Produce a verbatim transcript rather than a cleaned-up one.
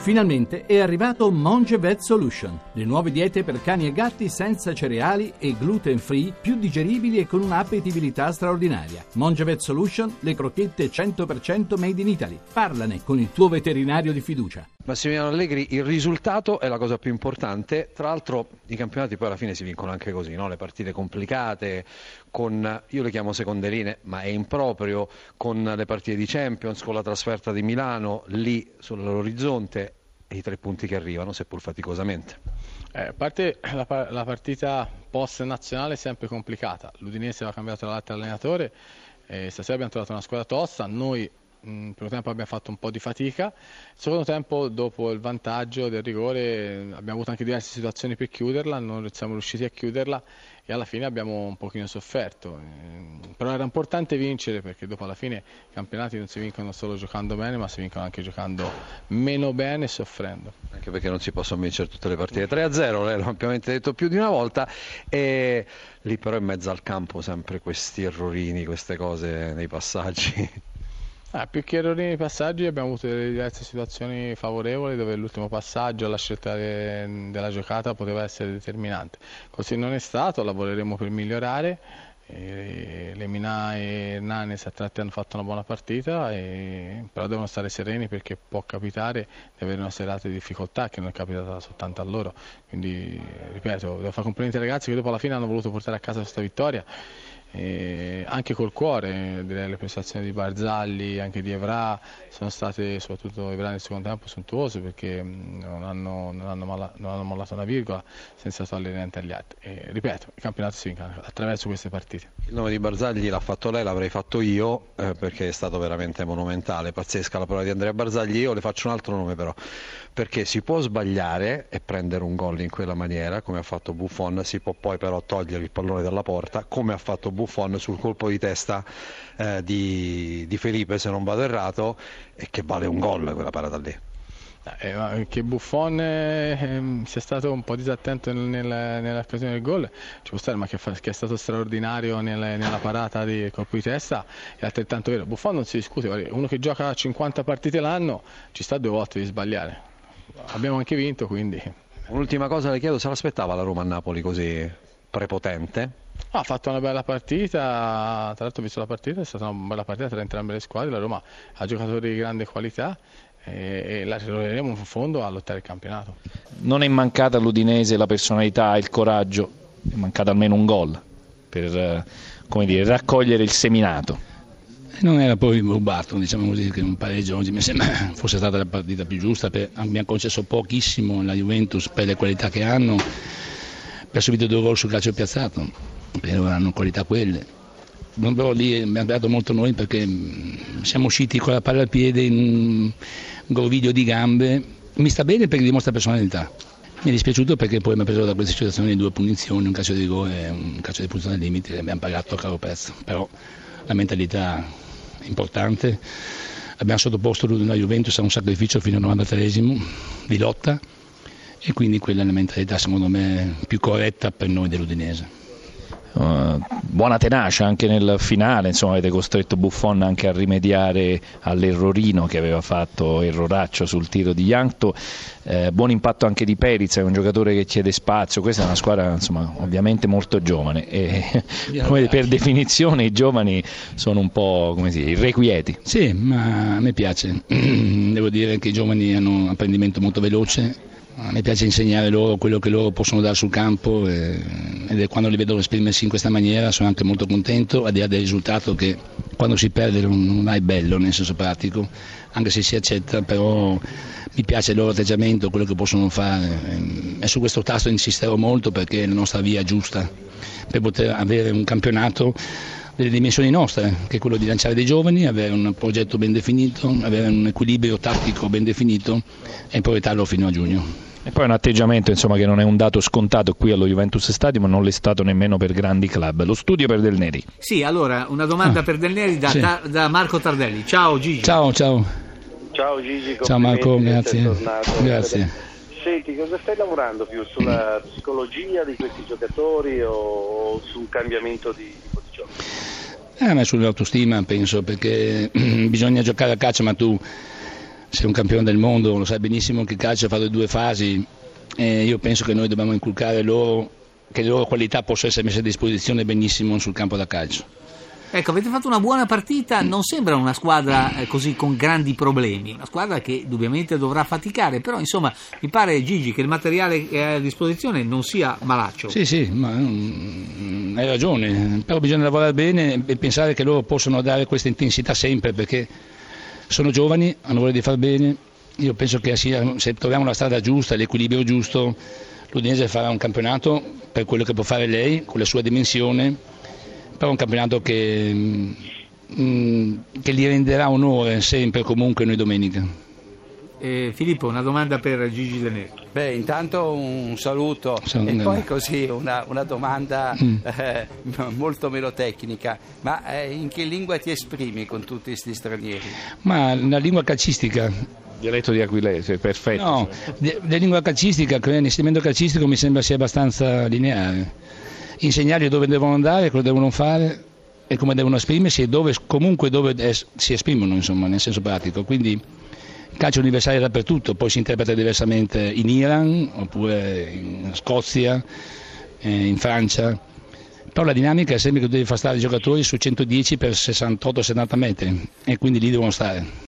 Finalmente è arrivato Monge Vet Solution, le nuove diete per cani e gatti senza cereali e gluten free, più digeribili e con un'appetibilità straordinaria. Monge Vet Solution, le crocchette cento per cento made in Italy. Parlane con il tuo veterinario di fiducia. Massimiliano Allegri, il risultato è la cosa più importante. Tra l'altro i campionati poi alla fine si vincono anche così, no? Le partite complicate, con, io le chiamo seconderine, ma è improprio, con le partite di Champions, con la trasferta di Milano, lì sull'orizzonte, e i tre punti che arrivano, seppur faticosamente. Eh, a parte la, la partita post nazionale è sempre complicata, l'Udinese aveva cambiato l'altro allenatore, eh, stasera abbiamo trovato una squadra tosta, noi nel primo tempo abbiamo fatto un po' di fatica, il secondo tempo dopo il vantaggio del rigore abbiamo avuto anche diverse situazioni per chiuderla, non siamo riusciti a chiuderla e alla fine abbiamo un pochino sofferto, però era importante vincere perché dopo alla fine i campionati non si vincono solo giocando bene ma si vincono anche giocando meno bene e soffrendo. Anche perché non si possono vincere tutte le partite. tre a zero, l'ho ampiamente detto più di una volta, e lì però in mezzo al campo sempre questi errorini, queste cose nei passaggi. Ah, più che errori nei passaggi abbiamo avuto delle diverse situazioni favorevoli dove l'ultimo passaggio, la scelta de, della giocata poteva essere determinante. Così non è stato, lavoreremo per migliorare. E Lemina e Hernanes a tratti hanno fatto una buona partita, e, però devono stare sereni perché può capitare di avere una serata di difficoltà che non è capitata soltanto a loro. Quindi, ripeto, devo fare complimenti ai ragazzi che dopo alla fine hanno voluto portare a casa questa vittoria. E anche col cuore, direi, le prestazioni di Barzagli, anche di Evra sono state, soprattutto Evra nel secondo tempo, sontuose perché non hanno, non hanno, mala, non hanno mollato una virgola senza togliere niente agli altri. E, ripeto, il campionato si vince attraverso queste partite. Il nome di Barzagli l'ha fatto lei, l'avrei fatto io, eh, perché è stato veramente monumentale, pazzesca la parola di Andrea Barzagli. Io le faccio un altro nome però, perché si può sbagliare e prendere un gol in quella maniera come ha fatto Buffon, si può poi però togliere il pallone dalla porta come ha fatto Buffon Buffon sul colpo di testa eh, di, di Felipe, se non vado errato, e che vale un gol quella parata lì. Eh, che Buffon eh, sia stato un po' disattento nel, nel, nell'occasione del gol ci può stare, ma che, fa, che è stato straordinario nel, nella parata di colpo di testa è altrettanto vero. Buffon non si discute, uno che gioca cinquanta partite l'anno ci sta due volte di sbagliare, abbiamo anche vinto, quindi. Un'ultima cosa le chiedo, se l'aspettava la Roma a Napoli così prepotente? Ha fatto una bella partita, tra l'altro ho visto la partita, è stata una bella partita tra entrambe le squadre, la Roma ha giocatori di grande qualità e, e la ritroveremo in fondo a lottare il campionato. Non è mancata all'Udinese la personalità, il coraggio, è mancato almeno un gol per, come dire, raccogliere il seminato. Non era poi rubato, diciamo così, che un pareggio oggi mi sembra fosse stata la partita più giusta, per, abbiamo concesso pochissimo alla Juventus per le qualità che hanno, per subito due gol sul calcio piazzato. Però hanno qualità quelle, però lì abbiamo dato molto noi perché siamo usciti con la palla al piede in un groviglio di gambe. Mi sta bene perché dimostra personalità, mi è dispiaciuto perché poi mi ha preso da queste situazioni due punizioni, un calcio di rigore e un calcio di punizione al limite, e abbiamo pagato a caro prezzo, però la mentalità è importante. Abbiamo sottoposto la Juventus a un sacrificio fino al novantatreesimo di lotta e quindi quella è la mentalità secondo me più corretta per noi dell'Udinese. Uh, buona tenacia anche nel finale, insomma avete costretto Buffon anche a rimediare all'errorino che aveva fatto, erroraccio sul tiro di Jankto. Eh, buon impatto anche di Periz, è un giocatore che chiede spazio, questa è una squadra insomma ovviamente molto giovane e come per definizione i giovani sono un po' come si dice, irrequieti. Sì, ma a me piace, devo dire che i giovani hanno un apprendimento molto veloce. A me piace insegnare loro quello che loro possono dare sul campo e, ed quando li vedo esprimersi in questa maniera sono anche molto contento, al di là del risultato che quando si perde non, non è bello nel senso pratico, anche se si accetta, però mi piace il loro atteggiamento, quello che possono fare e su questo tasto insisterò molto perché è la nostra via giusta per poter avere un campionato delle dimensioni nostre, che è quello di lanciare dei giovani, avere un progetto ben definito, avere un equilibrio tattico ben definito e proiettarlo fino a giugno. E poi un atteggiamento insomma che non è un dato scontato qui allo Juventus Stadium, non l'è stato nemmeno per grandi club. Lo studio per Del Neri. Sì, allora una domanda ah, per Del Neri da, sì. da, da Marco Tardelli. Ciao Gigi. Ciao, ciao. Ciao Gigi, ciao Marco, grazie. Grazie. Senti, cosa stai lavorando più? Sulla psicologia di questi giocatori o sul cambiamento di tipo di gioco? Eh, ma sull'autostima penso, perché bisogna giocare a calcio, ma tu sei un campione del mondo, lo sai benissimo che il calcio è fatto di due fasi, e io penso che noi dobbiamo inculcare loro che le loro qualità possono essere messe a disposizione benissimo sul campo da calcio. Ecco, avete fatto una buona partita, non sembra una squadra eh, così con grandi problemi, una squadra che indubbiamente dovrà faticare, però insomma mi pare, Gigi, che il materiale che hai a disposizione non sia malaccio. Sì, sì, ma mm, hai ragione, però bisogna lavorare bene e pensare che loro possono dare questa intensità sempre, perché sono giovani, hanno voglia di far bene. Io penso che sia, se troviamo la strada giusta, l'equilibrio giusto, l'Udinese farà un campionato per quello che può fare lei, con la sua dimensione, però un campionato che, mm, che gli renderà onore sempre e comunque noi domenica. Eh, Filippo, una domanda per Gigi Denè. Beh, intanto un saluto Sono e bene. poi così una, una domanda Mm. eh, molto meno tecnica, ma eh, in che lingua ti esprimi con tutti questi stranieri? Ma la lingua calcistica, Dialetto di Aquilese, perfetto. no, de- la lingua calcistica, l'insegnamento calcistico mi sembra sia abbastanza lineare. Insegnargli dove devono andare, cosa devono fare e come devono esprimersi e dove, comunque dove es- si esprimono, insomma, nel senso pratico. Quindi il calcio universale dappertutto, poi si interpreta diversamente in Iran oppure in Scozia, eh, in Francia. Però la dinamica è sempre che devi far stare i giocatori su centodieci per sessantotto settanta metri e quindi lì devono stare.